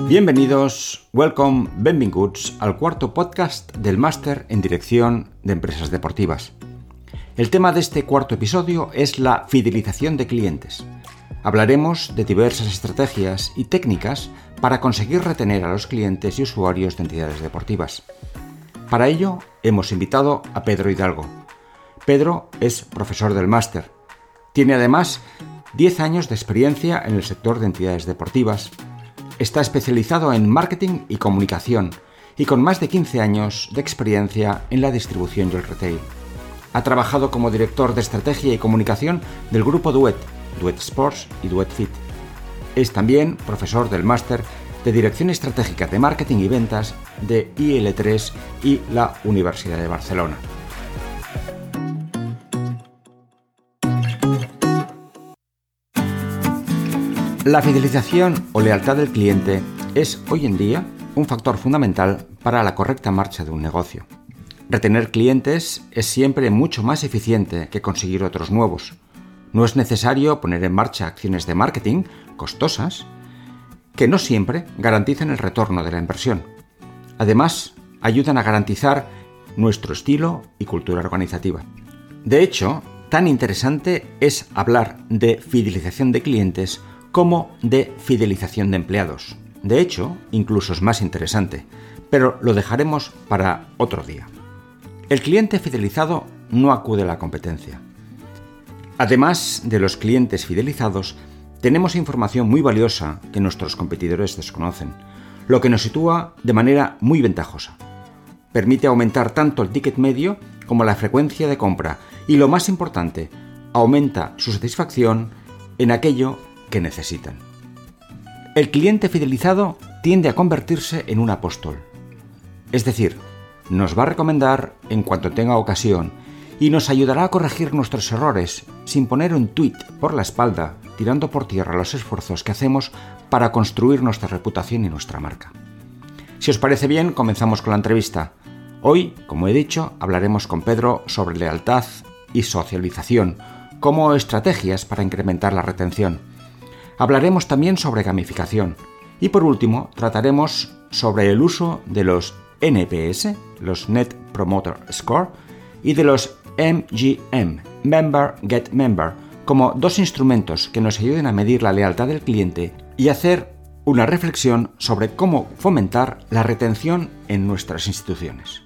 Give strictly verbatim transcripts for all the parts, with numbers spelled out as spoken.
Bienvenidos, welcome, benvinguts al cuarto podcast del Máster en Dirección de Empresas Deportivas. El tema de este cuarto episodio es la fidelización de clientes. Hablaremos de diversas estrategias y técnicas para conseguir retener a los clientes y usuarios de entidades deportivas. Para ello, hemos invitado a Pedro Hidalgo. Pedro es profesor del máster. Tiene además diez años de experiencia en el sector de entidades deportivas. Está especializado en marketing y comunicación y con más de quince años de experiencia en la distribución y el retail. Ha trabajado como director de estrategia y comunicación del grupo Duet, Duet Sports y Duet Fit. Es también profesor del máster de Dirección Estratégica de Marketing y Ventas de I L tres y la Universidad de Barcelona. La fidelización o lealtad del cliente es hoy en día un factor fundamental para la correcta marcha de un negocio. Retener clientes es siempre mucho más eficiente que conseguir otros nuevos. No es necesario poner en marcha acciones de marketing costosas que no siempre garantizan el retorno de la inversión. Además, ayudan a garantizar nuestro estilo y cultura organizativa. De hecho, tan interesante es hablar de fidelización de clientes como de fidelización de empleados. De hecho, incluso es más interesante, pero lo dejaremos para otro día. El cliente fidelizado no acude a la competencia. Además de los clientes fidelizados, tenemos información muy valiosa que nuestros competidores desconocen, lo que nos sitúa de manera muy ventajosa. Permite aumentar tanto el ticket medio como la frecuencia de compra y, lo más importante, aumenta su satisfacción en aquello que necesitan. El cliente fidelizado tiende a convertirse en un apóstol. Es decir, nos va a recomendar en cuanto tenga ocasión y nos ayudará a corregir nuestros errores sin poner un tuit por la espalda, tirando por tierra los esfuerzos que hacemos para construir nuestra reputación y nuestra marca. Si os parece bien, comenzamos con la entrevista. Hoy, como he dicho, hablaremos con Pedro sobre lealtad y socialización como estrategias para incrementar la retención. Hablaremos también sobre gamificación y por último trataremos sobre el uso de los N P S, los Net Promoter Score, y de los M G M, Member Get Member, como dos instrumentos que nos ayuden a medir la lealtad del cliente y hacer una reflexión sobre cómo fomentar la retención en nuestras instituciones.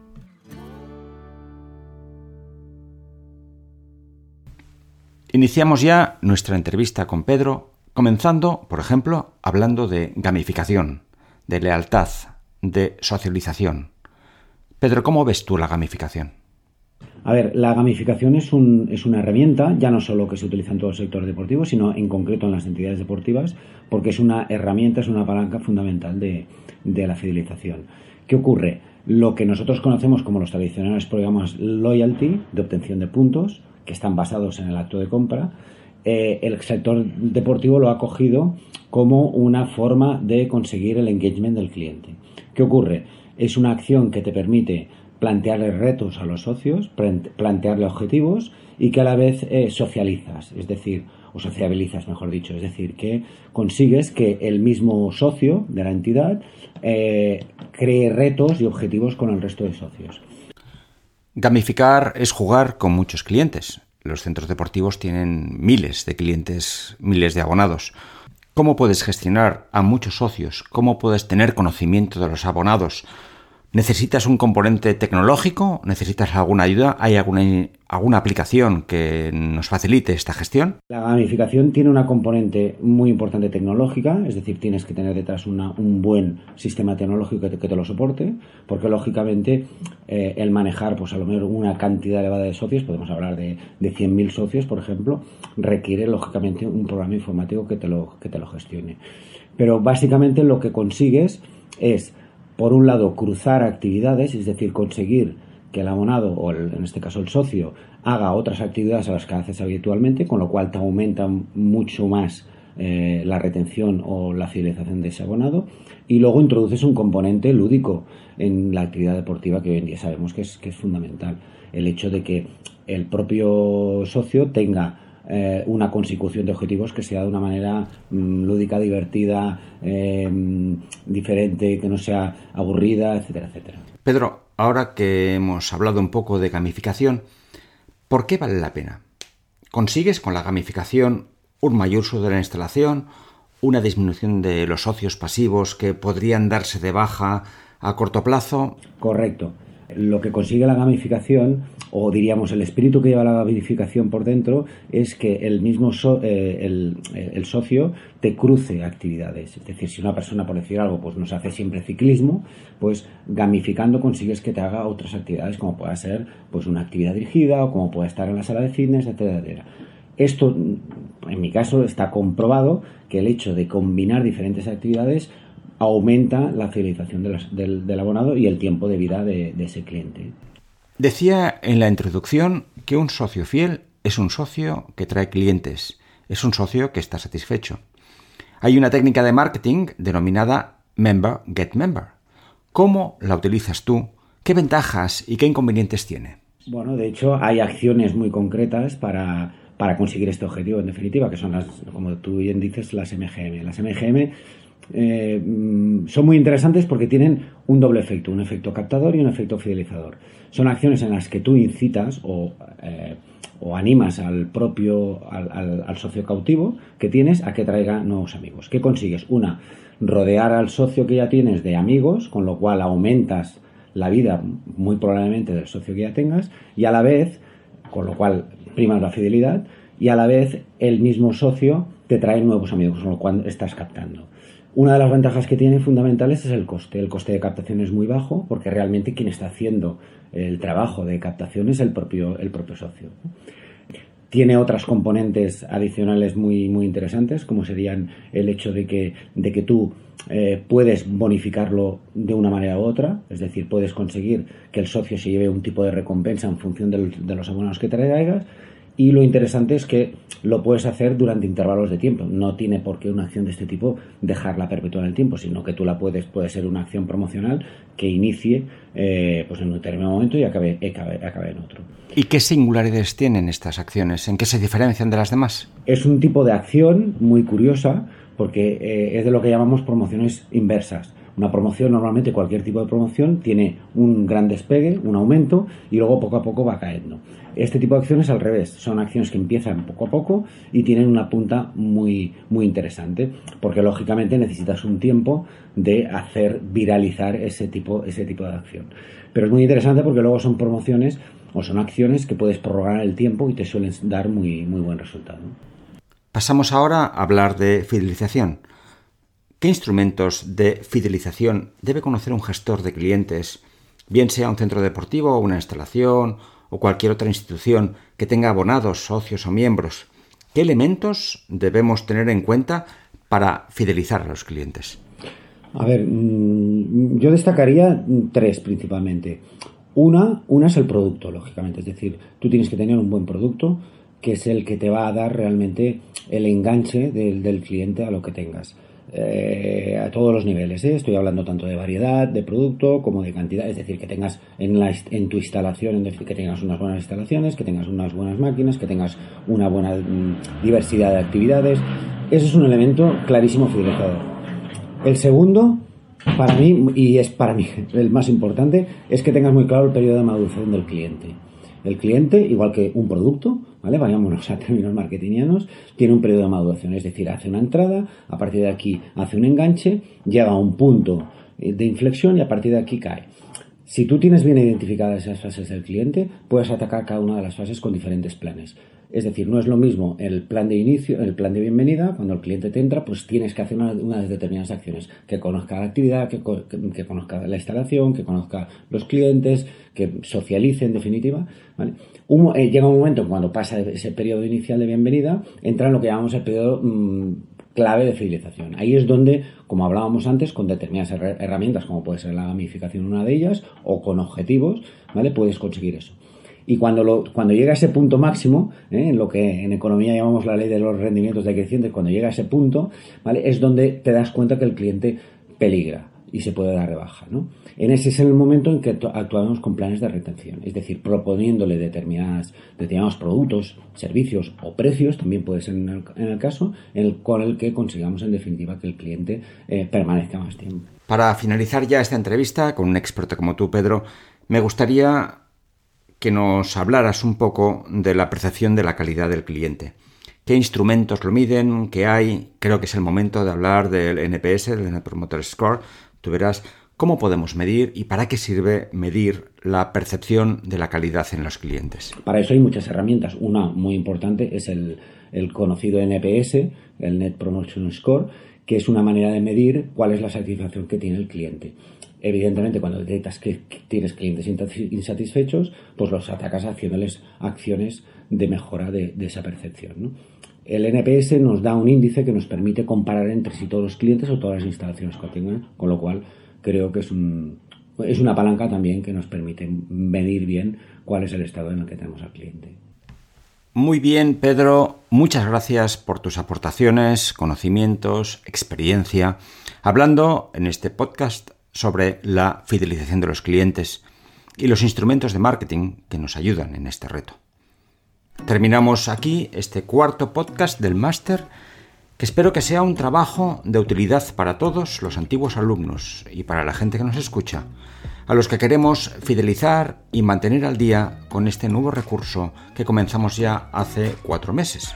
Iniciamos ya nuestra entrevista con Pedro, comenzando, por ejemplo, hablando de gamificación, de lealtad, de socialización. Pedro, ¿cómo ves tú la gamificación? A ver, la gamificación es, un, es una herramienta, ya no solo que se utiliza en todo el sector deportivo, sino en concreto en las entidades deportivas, porque es una herramienta, es una palanca fundamental de, de la fidelización. ¿Qué ocurre? Lo que nosotros conocemos como los tradicionales programas loyalty, de obtención de puntos, que están basados en el acto de compra, eh, el sector deportivo lo ha cogido como una forma de conseguir el engagement del cliente. ¿Qué ocurre? Es una acción que te permite plantearle retos a los socios, plantearle objetivos y que a la vez eh, socializas, es decir, o sociabilizas, mejor dicho, es decir, que consigues que el mismo socio de la entidad eh, cree retos y objetivos con el resto de socios. Gamificar es jugar con muchos clientes. Los centros deportivos tienen miles de clientes, miles de abonados. ¿Cómo puedes gestionar a muchos socios? ¿Cómo puedes tener conocimiento de los abonados? ¿Necesitas un componente tecnológico? ¿Necesitas alguna ayuda? ¿Hay alguna, alguna aplicación que nos facilite esta gestión? La gamificación tiene una componente muy importante tecnológica, es decir, tienes que tener detrás una, un buen sistema tecnológico que te, que te lo soporte, porque lógicamente eh, el manejar pues a lo mejor una cantidad elevada de socios, podemos hablar de, de cien mil socios, por ejemplo, requiere lógicamente un programa informático que te lo, que te lo gestione. Pero básicamente lo que consigues es, por un lado, cruzar actividades, es decir, conseguir que el abonado, o el, en este caso el socio, haga otras actividades a las que haces habitualmente, con lo cual te aumenta mucho más eh, la retención o la fidelización de ese abonado, y luego introduces un componente lúdico en la actividad deportiva que hoy en día sabemos que es, que es fundamental. El hecho de que el propio socio tenga eh, una consecución de objetivos que sea de una manera mmm, lúdica, divertida, eh, diferente, que no sea aburrida, etcétera, etcétera. Pedro, ahora que hemos hablado un poco de gamificación, ¿por qué vale la pena? ¿Consigues con la gamificación un mayor uso de la instalación, una disminución de los socios pasivos que podrían darse de baja a corto plazo? Correcto. Lo que consigue la gamificación, o diríamos el espíritu que lleva la gamificación por dentro, es que el mismo so, eh, el, el socio te cruce actividades. Es decir, si una persona, por decir algo, pues nos hace siempre ciclismo, pues gamificando consigues que te haga otras actividades, como pueda ser pues una actividad dirigida, o como pueda estar en la sala de fitness, etcétera, etcétera. Esto, en mi caso, está comprobado que el hecho de combinar diferentes actividades aumenta la fidelización de los, del, del abonado y el tiempo de vida de, de ese cliente. Decía en la introducción que un socio fiel es un socio que trae clientes, es un socio que está satisfecho. Hay una técnica de marketing denominada Member Get Member. ¿Cómo la utilizas tú? ¿Qué ventajas y qué inconvenientes tiene? Bueno, de hecho, hay acciones muy concretas para, para conseguir este objetivo, en definitiva, que son las, como tú bien dices, las M G M. Las M G M Eh, son muy interesantes porque tienen un doble efecto, un efecto captador y un efecto fidelizador. Son acciones en las que tú incitas o, eh, o animas al propio al, al, al socio cautivo que tienes a que traiga nuevos amigos. ¿Qué consigues? Una, rodear al socio que ya tienes de amigos, con lo cual aumentas la vida muy probablemente del socio que ya tengas, y a la vez, con lo cual primas la fidelidad, y a la vez el mismo socio te trae nuevos amigos, con lo cual estás captando. Una de las ventajas que tiene fundamentales es el coste. El coste de captación es muy bajo porque realmente quien está haciendo el trabajo de captación es el propio, el propio socio. Tiene otras componentes adicionales muy, muy interesantes, como serían el hecho de que, de que tú eh, puedes bonificarlo de una manera u otra, es decir, puedes conseguir que el socio se lleve un tipo de recompensa en función de los, de los abonados que traigas. Y lo interesante es que lo puedes hacer durante intervalos de tiempo. No tiene por qué una acción de este tipo dejarla perpetua en el tiempo, sino que tú la puedes, puede ser una acción promocional que inicie eh, pues en un determinado momento y acabe, acabe, acabe en otro. ¿Y qué singularidades tienen estas acciones? ¿En qué se diferencian de las demás? Es un tipo de acción muy curiosa porque eh, es de lo que llamamos promociones inversas. Una promoción, normalmente cualquier tipo de promoción, tiene un gran despegue, un aumento, y luego poco a poco va cayendo. Este tipo de acciones al revés, son acciones que empiezan poco a poco y tienen una punta muy, muy interesante, porque lógicamente necesitas un tiempo de hacer viralizar ese tipo, ese tipo de acción. Pero es muy interesante porque luego son promociones o son acciones que puedes prorrogar el tiempo y te suelen dar muy, muy buen resultado. Pasamos ahora a hablar de fidelización. ¿Qué instrumentos de fidelización debe conocer un gestor de clientes, bien sea un centro deportivo, una instalación o cualquier otra institución que tenga abonados, socios o miembros? ¿Qué elementos debemos tener en cuenta para fidelizar a los clientes? A ver, yo destacaría tres principalmente. Una, una es el producto, lógicamente, es decir, tú tienes que tener un buen producto que es el que te va a dar realmente el enganche del, del cliente a lo que tengas. Eh, a todos los niveles, ¿eh? Estoy hablando tanto de variedad, de producto, como de cantidad, es decir, que tengas en, la, en tu instalación, es decir, que tengas unas buenas instalaciones, que tengas unas buenas máquinas, que tengas una buena mm, diversidad de actividades. Eso es un elemento clarísimo fidelizador. El segundo, para mí, y es para mí el más importante, es que tengas muy claro el periodo de maduración del cliente. El cliente, igual que un producto, ¿vale? Vayámonos a términos marketingianos, tiene un periodo de maduración, es decir, hace una entrada, a partir de aquí hace un enganche, llega a un punto de inflexión y a partir de aquí cae. Si tú tienes bien identificadas esas fases del cliente, puedes atacar cada una de las fases con diferentes planes. Es decir, no es lo mismo el plan de inicio, el plan de bienvenida, cuando el cliente te entra, pues tienes que hacer una, unas determinadas acciones, que conozca la actividad, que, que, que conozca la instalación, que conozca los clientes, que socialice en definitiva, ¿vale? Un, eh, llega un momento cuando pasa ese periodo inicial de bienvenida, entra en lo que llamamos el periodo mmm, clave de fidelización. Ahí es donde, como hablábamos antes, con determinadas herramientas, como puede ser la gamificación una de ellas, o con objetivos, ¿vale? Puedes conseguir eso. Y cuando, lo, cuando llega a ese punto máximo, ¿eh? en lo que en economía llamamos la ley de los rendimientos decrecientes, cuando llega a ese punto, ¿vale? Es donde te das cuenta que el cliente peligra. y se puede dar de baja, ¿no? En ese es el momento en que actuamos con planes de retención, es decir, proponiéndole determinadas, determinados productos, servicios o precios, también puede ser en el, en el caso, en el, con el que consigamos en definitiva que el cliente eh, permanezca más tiempo. Para finalizar ya esta entrevista con un experto como tú, Pedro, me gustaría que nos hablaras un poco de la percepción de la calidad del cliente. ¿Qué instrumentos lo miden? ¿Qué hay? Creo que es el momento de hablar del N P S, del Net Promoter Score. Tú verás cómo podemos medir y para qué sirve medir la percepción de la calidad en los clientes. Para eso hay muchas herramientas. Una muy importante es el, el conocido N P S, el Net Promoter Score, que es una manera de medir cuál es la satisfacción que tiene el cliente. Evidentemente, cuando detectas que tienes clientes insatisfechos, pues los atacas haciéndoles acciones de mejora de, de esa percepción, ¿no? El N P S nos da un índice que nos permite comparar entre sí todos los clientes o todas las instalaciones que tengan, con lo cual creo que es, un, es una palanca también que nos permite medir bien cuál es el estado en el que tenemos al cliente. Muy bien, Pedro, muchas gracias por tus aportaciones, conocimientos, experiencia, hablando en este podcast sobre la fidelización de los clientes y los instrumentos de marketing que nos ayudan en este reto. Terminamos aquí este cuarto podcast del máster, que espero que sea un trabajo de utilidad para todos los antiguos alumnos y para la gente que nos escucha, a los que queremos fidelizar y mantener al día con este nuevo recurso que comenzamos ya hace cuatro meses.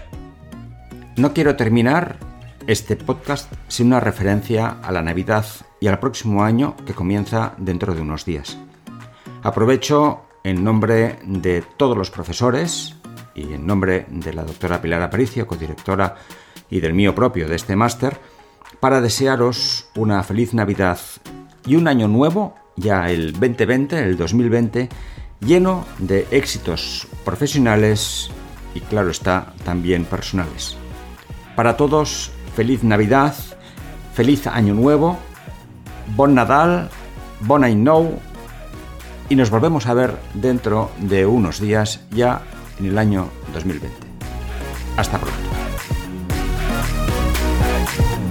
No quiero terminar este podcast sin una referencia a la Navidad y al próximo año que comienza dentro de unos días. Aprovecho en nombre de todos los profesores y en nombre de la doctora Pilar Aparicio, codirectora, y del mío propio de este máster, para desearos una feliz Navidad y un año nuevo, ya el veinte veinte, el dos mil veinte, lleno de éxitos profesionales y, claro está, también personales. Para todos, feliz Navidad, feliz año nuevo, bon Nadal, bon any nou, y nos volvemos a ver dentro de unos días, ya en el año dos mil veinte. Hasta pronto.